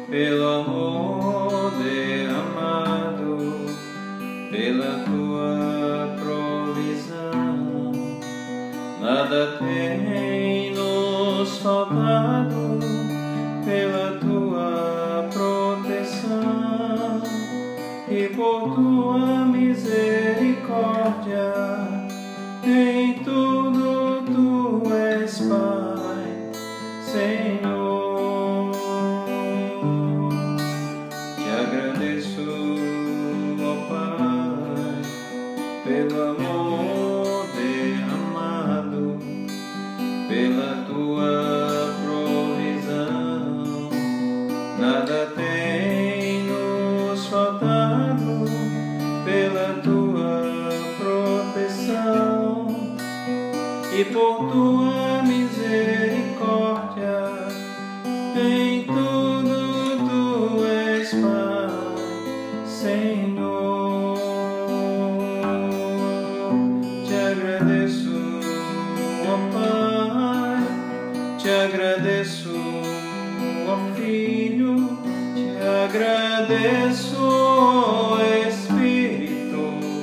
pelo amor derramado, pela tua provisão. Nada tem nos faltado, pela tua proteção e por tua misericórdia. Em tudo tu és Pai, Senhor. Te agradeço, ó Pai, pelo amor derramado, pela tua provisão. Nada tem nos faltado, pela tua proteção e por tua misericórdia. Em tudo tu és Pai, Senhor. Te agradeço, ó Pai, te agradeço, ó Filho, te agradeço, ó Espírito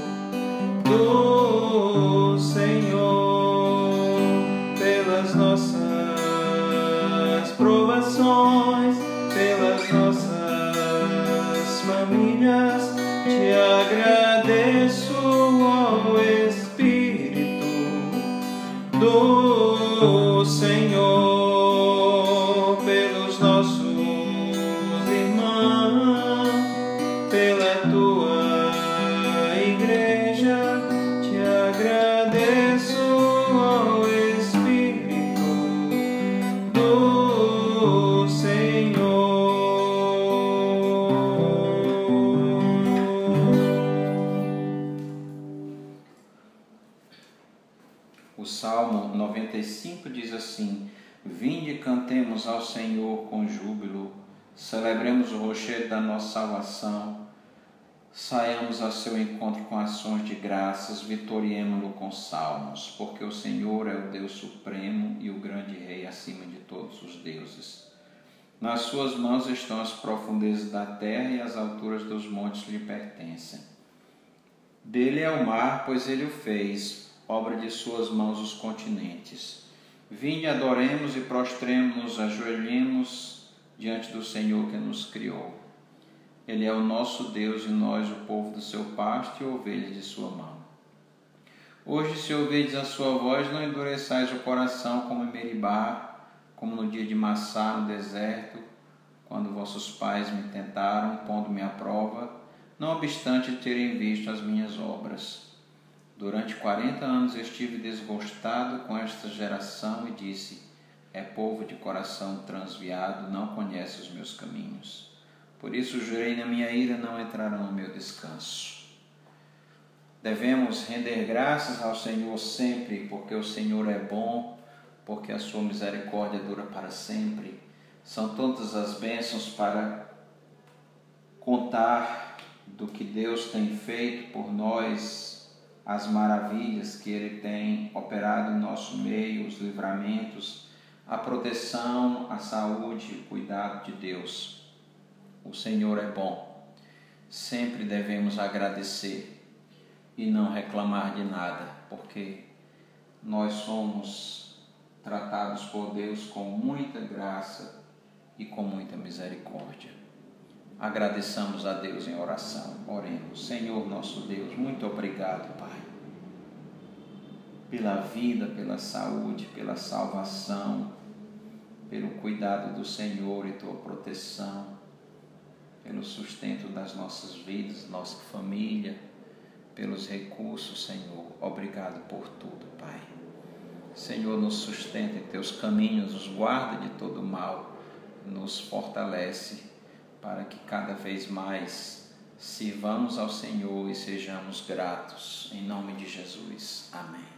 do Senhor, pelas nossas provações, pelas nossas famílias. Te agradeço, ó Espírito do Senhor, pelos nossos irmãos, pela tua igreja. Te agradeço, ó Espírito do Senhor. O Salmo 95 diz assim: Vinde e cantemos ao Senhor com júbilo, celebremos o rochedo da nossa salvação, saiamos ao seu encontro com ações de graças, vitoriemo-lo com salmos, porque o Senhor é o Deus supremo e o grande Rei acima de todos os deuses. Nas suas mãos estão as profundezas da terra e as alturas dos montes lhe pertencem. Dele é o mar, pois ele o fez, obra de suas mãos os continentes. Vinde, adoremos e prostremo-nos, ajoelhemos diante do Senhor que nos criou. Ele é o nosso Deus e nós o povo do seu pasto e ovelhas de sua mão. Hoje, se ouvirdes a sua voz, não endureçais o coração como em Meribá, como no dia de Massá no deserto, quando vossos pais me tentaram, pondo-me à prova, não obstante terem visto as minhas obras. Durante 40 anos estive desgostado com esta geração e disse: é povo de coração transviado, não conhece os meus caminhos. Por isso jurei na minha ira, não entrarão no meu descanso. Devemos render graças ao Senhor sempre, porque o Senhor é bom, porque a sua misericórdia dura para sempre. São tantas as bênçãos para contar do que Deus tem feito por nós, as maravilhas que Ele tem operado em nosso meio, os livramentos, a proteção, a saúde e o cuidado de Deus. O Senhor é bom. Sempre devemos agradecer e não reclamar de nada, porque nós somos tratados por Deus com muita graça e com muita misericórdia. Agradeçamos a Deus em oração. Oremos. Senhor nosso Deus, muito obrigado, Pai, pela vida, pela saúde, pela salvação, pelo cuidado do Senhor e tua proteção, pelo sustento das nossas vidas, nossa família, pelos recursos, Senhor. Obrigado por tudo, Pai. Senhor, nos sustenta em teus caminhos, nos guarda de todo mal, nos fortalece para que cada vez mais sirvamos ao Senhor e sejamos gratos. Em nome de Jesus. Amém.